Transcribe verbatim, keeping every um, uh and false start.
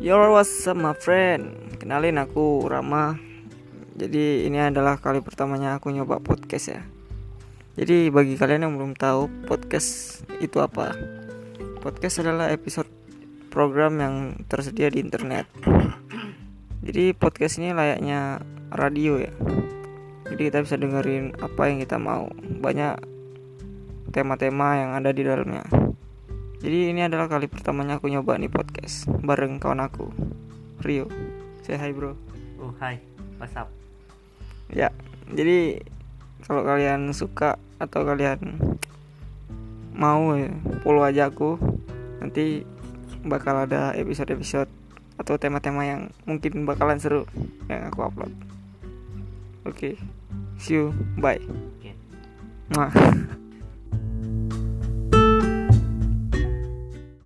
Yo, what's up my friend? Kenalin, aku Rama. Jadi ini adalah kali pertamanya aku nyoba podcast ya. Jadi bagi kalian yang belum tahu podcast itu apa, podcast adalah episode program yang tersedia di internet. Jadi podcast ini layaknya radio ya. Jadi kita bisa dengerin apa yang kita mau. Banyak tema-tema yang ada di dalamnya. Jadi ini adalah kali pertamanya aku nyoba nih podcast bareng kawan aku, Rio. Say hi bro. Oh hai, what's up? Ya, jadi kalau kalian suka atau kalian mau ya, follow aja aku. Nanti bakal ada episode-episode atau tema-tema yang mungkin bakalan seru yang aku upload. Oke, okay. See you, bye. Okay. Mwah.